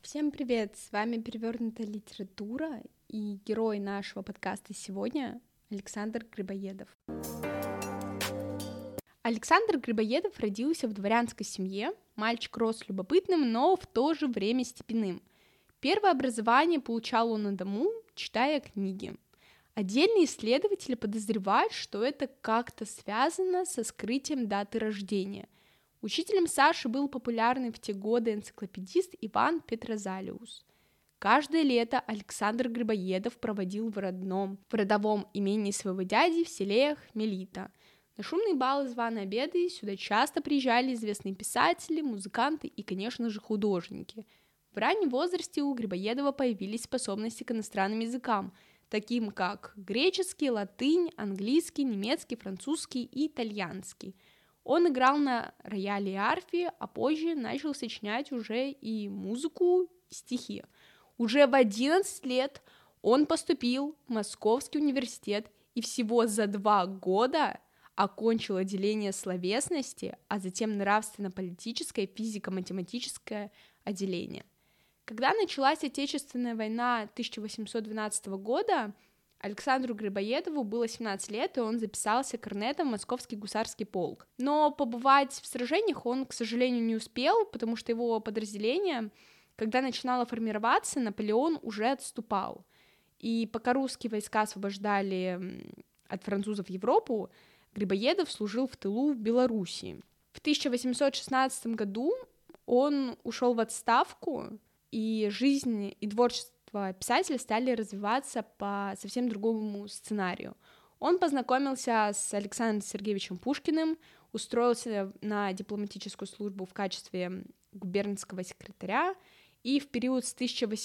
Всем привет! С вами «Перевернутая литература» и герой нашего подкаста сегодня Александр Грибоедов. Александр Грибоедов родился в дворянской семье, мальчик рос любопытным, но в то же время степенным. Первое образование получал он на дому, читая книги. Отдельные исследователи подозревают, что это как-то связано со скрытием даты рождения. Учителем Саши был популярный в те годы энциклопедист Иван Петрозалиус. Каждое лето Александр Грибоедов проводил в родовом имении своего дяди в селе Хмелита. На шумные балы, званые обеды сюда часто приезжали известные писатели, музыканты и, конечно же, художники. В раннем возрасте у Грибоедова появились способности к иностранным языкам, таким как греческий, латынь, английский, немецкий, французский и итальянский. Он играл на рояле и арфе, а позже начал сочинять уже и музыку, и стихи. Уже в 11 лет он поступил в Московский университет и всего за 2 года окончил отделение словесности, а затем нравственно-политическое и физико-математическое отделение. Когда началась Отечественная война 1812 года, Александру Грибоедову было 17 лет, и он записался корнетом в Московский гусарский полк. Но побывать в сражениях он, к сожалению, не успел, потому что его подразделение, когда начинало формироваться, Наполеон уже отступал. И пока русские войска освобождали от французов Европу, Грибоедов служил в тылу в Белоруссии. В 1816 году он ушел в отставку, и жизнь и творчество писателя стали развиваться по совсем другому сценарию. Он познакомился с Александром Сергеевичем Пушкиным, устроился на дипломатическую службу в качестве губернского секретаря, и в период с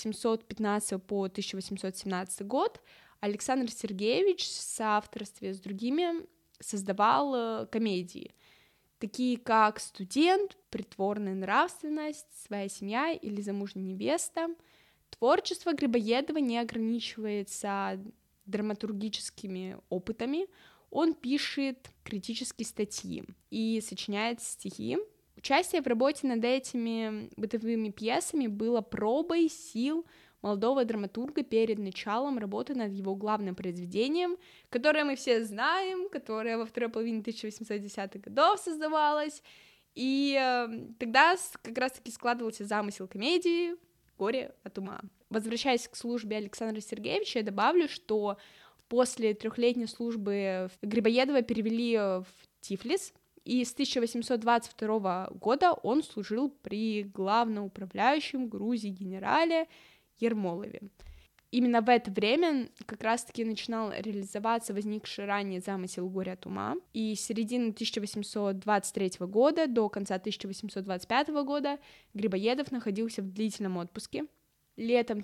1815 по 1817 год Александр Сергеевич в соавторстве с другими создавал комедии, такие как «Студент», «Притворная нравственность», «Своя семья» или «Замужняя невеста». Творчество Грибоедова не ограничивается драматургическими опытами, он пишет критические статьи и сочиняет стихи. Участие в работе над этими бытовыми пьесами было пробой сил молодого драматурга перед началом работы над его главным произведением, которое мы все знаем, которое во второй половине 1810-х годов создавалось, и тогда как раз-таки складывался замысел комедии «Горе от ума». Возвращаясь к службе Александра Сергеевича, я добавлю, что после 3-летней службы Грибоедова перевели в Тифлис, и с 1822 года он служил при главноуправляющем Грузии генерале Ермолове. Именно в это время как раз-таки начинал реализоваться возникший ранее замысел «Горе от ума», и с середины 1823 года до конца 1825 года Грибоедов находился в длительном отпуске. Летом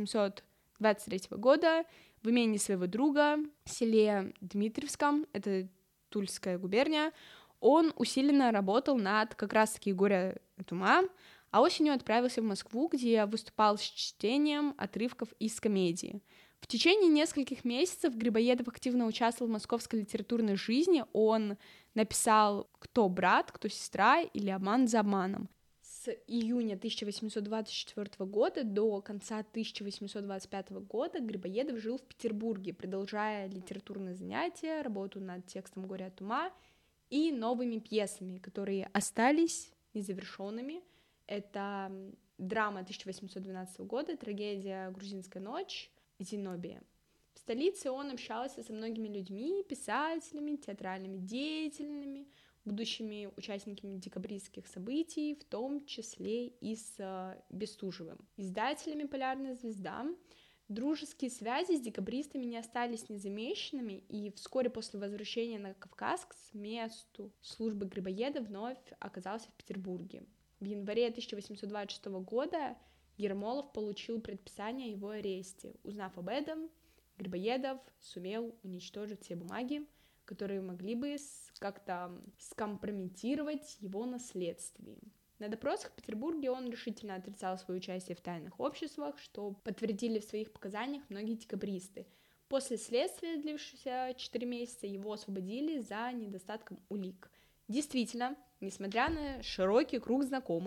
1823 года в имении своего друга в селе Дмитриевском, это Тульская губерния, он усиленно работал над как раз-таки «Горе от ума», а осенью отправился в Москву, где выступал с чтением отрывков из комедии. В течение нескольких месяцев Грибоедов активно участвовал в московской литературной жизни. Он написал «Кто брат?», «Кто сестра?» или «Обман за обманом». С июня 1824 года до конца 1825 года Грибоедов жил в Петербурге, продолжая литературные занятия, работу над текстом «Горе от ума» и новыми пьесами, которые остались незавершенными. Это драма 1812 года, трагедия «Грузинская ночь», «Зенобия». В столице он общался со многими людьми, писателями, театральными деятелями, будущими участниками декабристских событий, в том числе и с Бестужевым, издателями «Полярная звезда». Дружеские связи с декабристами не остались незамеченными, и вскоре после возвращения на Кавказ к месту службы Грибоедов вновь оказался в Петербурге. В январе 1826 года Ермолов получил предписание о его аресте. Узнав об этом, Грибоедов сумел уничтожить все бумаги, которые могли бы как-то скомпрометировать его на следствии. На допросах в Петербурге он решительно отрицал свое участие в тайных обществах, что подтвердили в своих показаниях многие декабристы. После следствия, длившегося 4 месяца, его освободили за недостатком улик. Действительно, несмотря на широкий круг знакомых,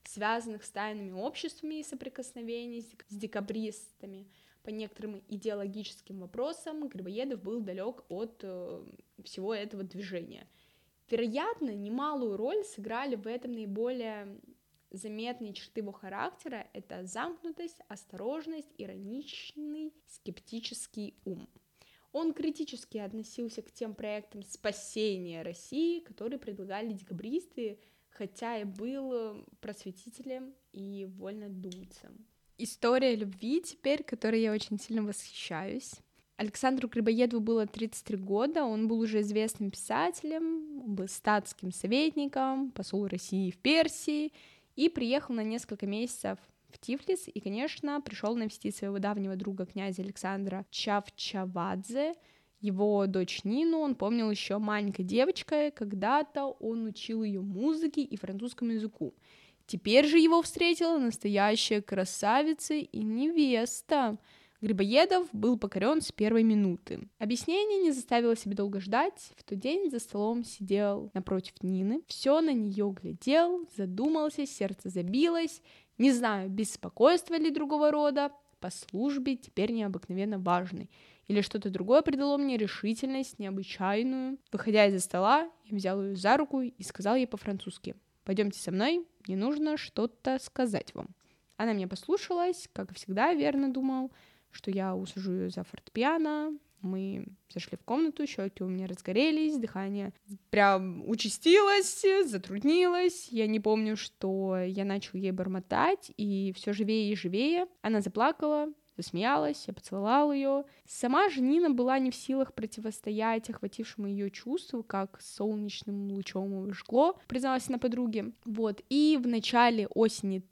связанных с тайными обществами и соприкосновений с декабристами. По некоторым идеологическим вопросам Грибоедов был далек от всего этого движения. Вероятно, немалую роль сыграли в этом наиболее заметные черты его характера — это замкнутость, осторожность, ироничный, скептический ум. Он критически относился к тем проектам спасения России, которые предлагали декабристы, хотя и был просветителем и вольнодумцем. История любви теперь, которой я очень сильно восхищаюсь. Александру Грибоедову было 33 года, он был уже известным писателем, был статским советником, посол России в Персии, и приехал на несколько месяцев в Тифлис и, конечно, пришел навестить своего давнего друга князя Александра Чавчавадзе, его дочь Нину. Он помнил еще маленькой девочкой, когда-то он учил ее музыке и французскому языку. Теперь же его встретила настоящая красавица и невеста. Грибоедов был покорен с первой минуты. Объяснение не заставило себя долго ждать. В тот день за столом сидел напротив Нины, все на нее глядел, задумался, сердце забилось. Не знаю, беспокойство ли другого рода, по службе теперь необыкновенно важной, или что-то другое придало мне решительность необычайную. Выходя из-за стола, я взял ее за руку и сказал ей по-французски: «Пойдемте со мной, мне нужно что-то сказать вам». Она меня послушалась, как и всегда, верно думал, что я усажу ее за фортепиано. Мы зашли в комнату, щеки у меня разгорелись, дыхание прям участилось, затруднилось. Я не помню, что я начал ей бормотать, и все живее и живее. Она заплакала, засмеялась, я поцеловал ее. Сама же Нина была не в силах противостоять охватившему ее чувству, как солнечным лучом его жгло, призналась она подруге. И в начале осени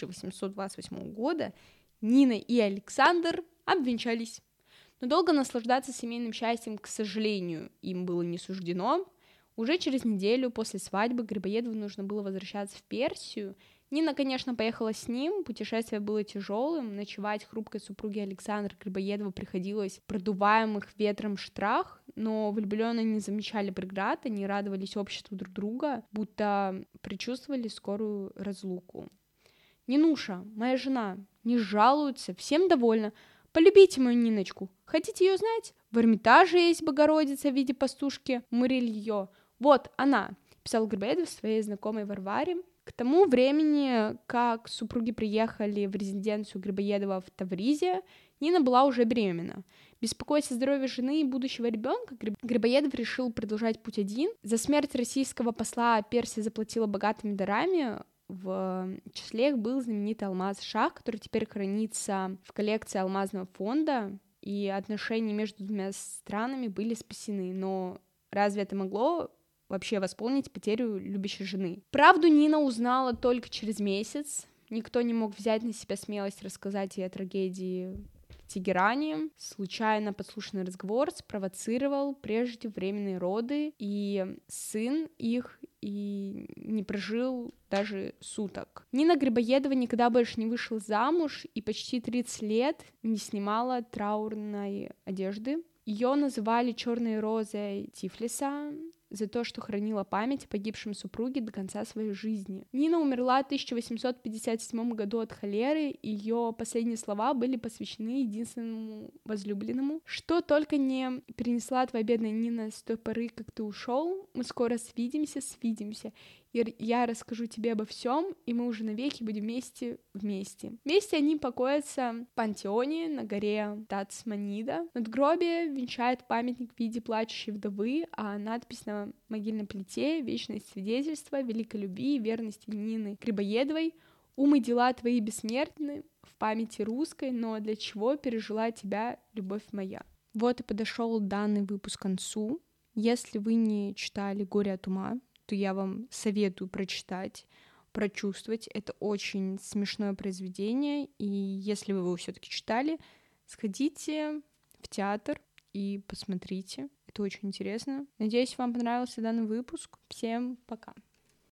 1828 года Нина и Александр обвенчались. Но долго наслаждаться семейным счастьем, к сожалению, им было не суждено. Уже через неделю после свадьбы Грибоедову нужно было возвращаться в Персию. Нина, конечно, поехала с ним, путешествие было тяжелым, ночевать хрупкой супруге Александра Грибоедова приходилось в продуваемых ветром шатрах, но влюбленные не замечали преград, они радовались обществу друг друга, будто предчувствовали скорую разлуку. «Нинуша, моя жена, не жалуется, всем довольна. Полюбите мою Ниночку. Хотите ее знать? В Эрмитаже есть Богородица в виде пастушки Мурильё. Вот она», — писал Грибоедов своей знакомой Варваре. К тому времени, как супруги приехали в резиденцию Грибоедова в Тавризе, Нина была уже беременна. Беспокоясь о здоровье жены и будущего ребенка, Грибоедов решил продолжать путь один. За смерть российского посла Персия заплатила богатыми дарами. В числе их был знаменитый алмаз Шах, который теперь хранится в коллекции алмазного фонда, и отношения между двумя странами были спасены. Но разве это могло вообще восполнить потерю любящей жены? Правду Нина узнала только через месяц. Никто не мог взять на себя смелость рассказать ей о трагедии в Тегеране. Случайно подслушанный разговор спровоцировал преждевременные роды, и сын их и не прожил даже суток. Нина Грибоедова никогда больше не вышла замуж и почти 30 лет не снимала траурной одежды. Ее называли «Черной розой Тифлиса» за то, что хранила память о погибшем супруге до конца своей жизни. Нина умерла в 1857 году от холеры, и ее последние слова были посвящены единственному возлюбленному: «Что только не перенесла твоя бедная Нина с той поры, как ты ушел, мы скоро свидимся, и я расскажу тебе обо всем, и мы уже навеки будем вместе. Вместе они покоятся в пантеоне на горе Тацманида. Надгробие венчает памятник в виде плачущей вдовы, а надпись на могильной плите — вечное свидетельство великой любви и верности Нины Грибоедовой. Ум и дела твои бессмертны в памяти русской, но для чего пережила тебя любовь моя». Вот и подошел данный выпуск к концу. Если вы не читали «Горе от ума», то я вам советую прочитать, прочувствовать. Это очень смешное произведение, и если вы его все-таки читали, сходите в театр и посмотрите. Это очень интересно. Надеюсь, вам понравился данный выпуск. Всем пока!